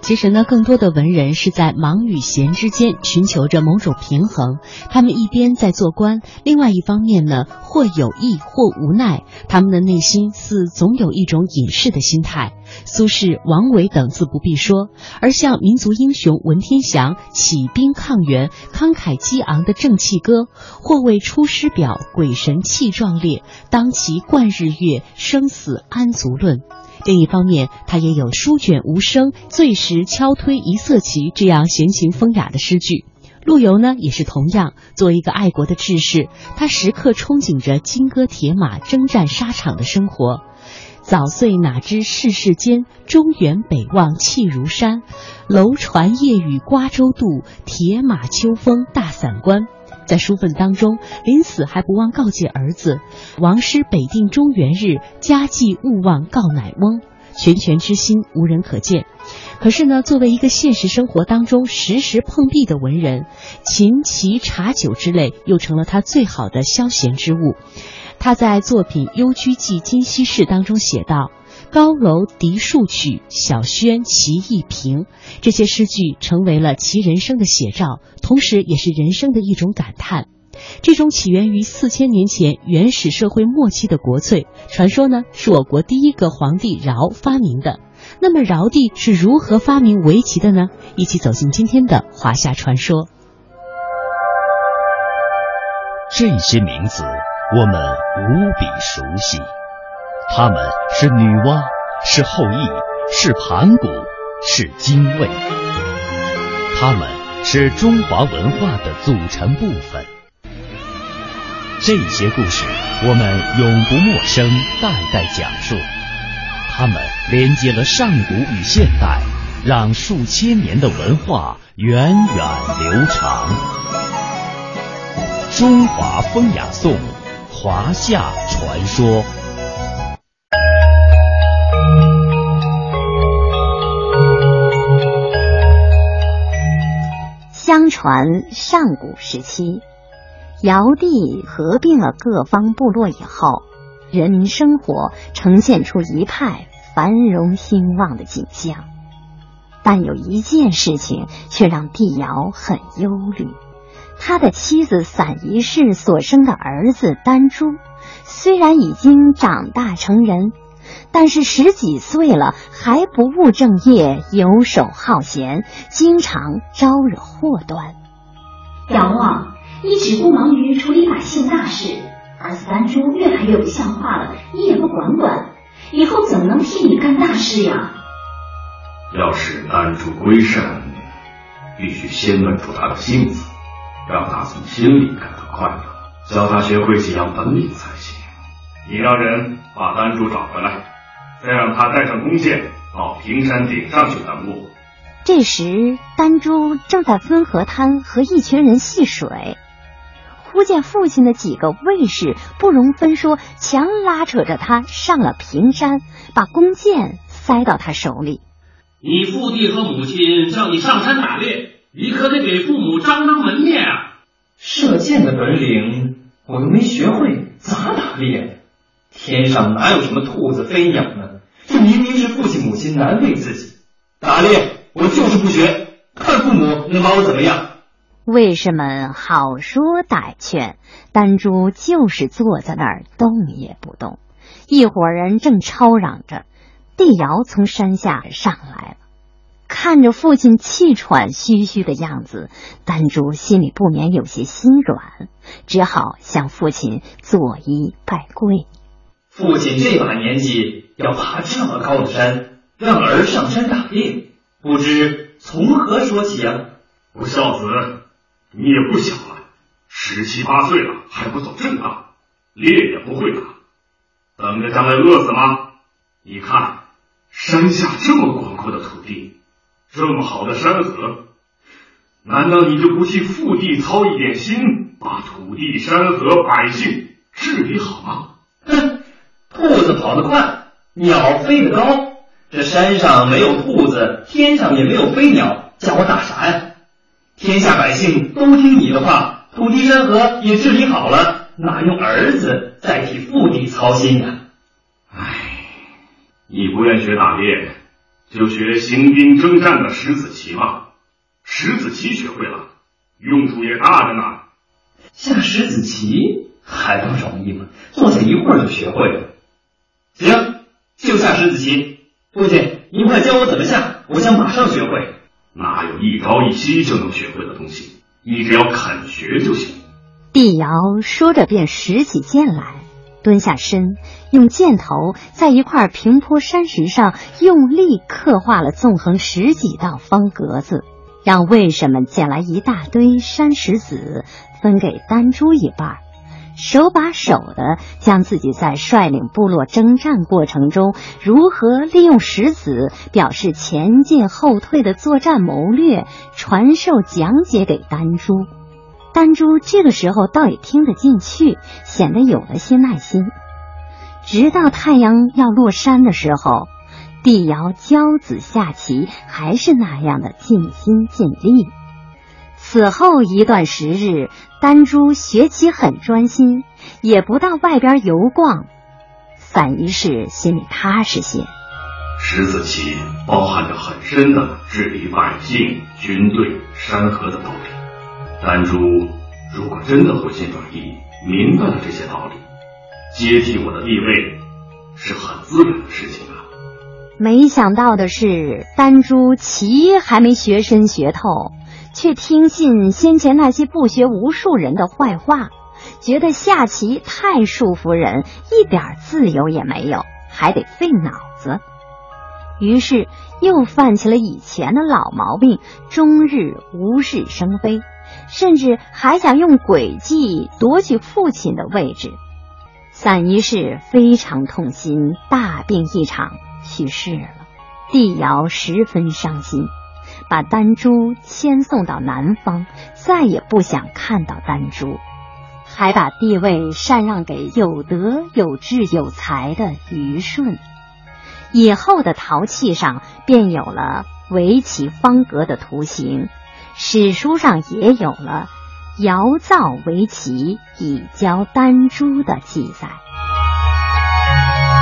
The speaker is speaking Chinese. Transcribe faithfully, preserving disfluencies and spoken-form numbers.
其实呢，更多的文人是在忙与闲之间寻求着某种平衡。他们一边在做官，另外一方面呢，或有意或无奈，他们的内心似总有一种隐士的心态。苏轼、王维等自不必说，而像民族英雄文天祥起兵抗元，慷慨激昂的正气歌，或为出师表，鬼神气壮烈，当其贯日月，生死安足论。另一方面，他也有书卷无声，醉时敲推一色旗这样闲情风雅的诗句。陆游呢，也是同样，作为一个爱国的志士，他时刻憧憬着金戈铁马、征战沙场的生活。早岁哪知世事艰，中原北望气如山。楼船夜雨瓜洲渡，铁马秋风大散关。在书愤当中，临死还不忘告诫儿子：王师北定中原日，家祭勿忘告乃翁。拳拳之心无人可见。可是呢，作为一个现实生活当中时时碰壁的文人，琴棋茶酒之类又成了他最好的消闲之物。他在作品《幽居记今昔事》当中写道：高楼笛数曲，小轩其意平。这些诗句成为了其人生的写照，同时也是人生的一种感叹。这种起源于四千年前原始社会末期的国粹，传说呢是我国第一个皇帝尧发明的。那么尧帝是如何发明围棋的呢？一起走进今天的华夏传说。 这些名字我们无比熟悉，他们是女娲，是后羿，是盘古，是精卫，他们是中华文化的组成部分。这些故事我们永不陌生，代代讲述，他们连接了上古与现代，让数千年的文化源远流长。中华风雅颂，华夏传说。 相传上古时期，尧帝合并了各方部落以后，人民生活呈现出一派繁荣兴旺的景象。但有一件事情却让帝尧很忧虑，他的妻子散宜氏所生的儿子丹朱，虽然已经长大成人，但是十几岁了还不务正业，游手好闲，经常招惹祸端。 尧啊，你只顾忙于处理百姓大事，儿子丹朱越来越不像话了，你也不管管，以后怎么能替你干大事呀？ 要使丹朱归善，必须先稳住他的性子，让他从心里感到快乐，教他学会几样本领才行。你让人把丹朱找回来，再让他带上弓箭到平山顶上去等我。 这时丹朱正在汾河滩和一群人戏水，忽见父亲的几个卫士不容分说，强拉扯着他上了平山，把弓箭塞到他手里。 你父弟和母亲叫你上山打猎，你可得给父母张张门面啊！ 射箭的本领我又没学会，咋打猎？天上哪有什么兔子飞鸟呢？这明明是父亲母亲难为自己。打猎我就是不学，看父母能把我怎么样？ 卫士们好说歹劝，丹朱就是坐在那儿动也不动。一伙人正吵嚷着，帝尧从山下上来了，看着父亲气喘吁吁的样子，丹朱心里不免有些心软，只好向父亲作揖拜跪。 父亲这把年纪要爬这么高的山，让儿上山打猎，不知从何说起啊？ 不孝子，你也不小了，十七八岁了还不走正道，猎也不会打，等着将来饿死吗？你看山下这么广阔的土地，这么好的山河，难道你就不替父帝操一点心，把土地、山河、百姓治理好吗？ 哼，兔子跑得快，鸟飞得高，这山上没有兔子，天上也没有飞鸟，叫我打啥呀？天下百姓都听你的话，土地山河也治理好了，哪用儿子再替父帝操心呀？ 唉，你不愿学打猎， 就学行兵征战的石子棋嘛。石子棋学会了，用处也大着呢。 下石子棋还不容易吗？坐下一会儿就学会了。行，就下石子棋。父亲，您快教我怎么下，我想马上学会。 哪有一朝一夕就能学会的东西？你只要肯学就行。 帝尧说着便拾起剑来，蹲下身，用箭头在一块平坡山石上用力刻画了纵横十几道方格子，让卫士们捡来一大堆山石子，分给丹朱一半，手把手的将自己在率领部落征战过程中如何利用石子表示前进后退的作战谋略传授讲解给丹朱。丹朱这个时候倒也听得进去，显得有了些耐心。直到太阳要落山的时候，帝尧教子下棋还是那样的尽心尽力。此后一段时日，丹朱学棋很专心，也不到外边游逛。散一世心里踏实些。 石子棋包含着很深的治理百姓、军队、山河的道理。丹朱如果真的回心转意，明白了这些道理，接替我的地位是很自然的事情啊。 没想到的是，丹朱棋还没学深学透，却听信先前那些不学无术人的坏话，觉得下棋太束缚人，一点自由也没有，还得费脑子。于是又犯起了以前的老毛病，终日无事生非，甚至还想用诡计夺取父亲的位置。散一世非常痛心，大病一场，去世了。帝尧十分伤心，把丹朱迁送到南方，再也不想看到丹朱，还把地位禅让给有德有智有才的虞舜。以后的陶器上便有了围棋方格的图形，史书上也有了尧造围棋以教丹朱的记载。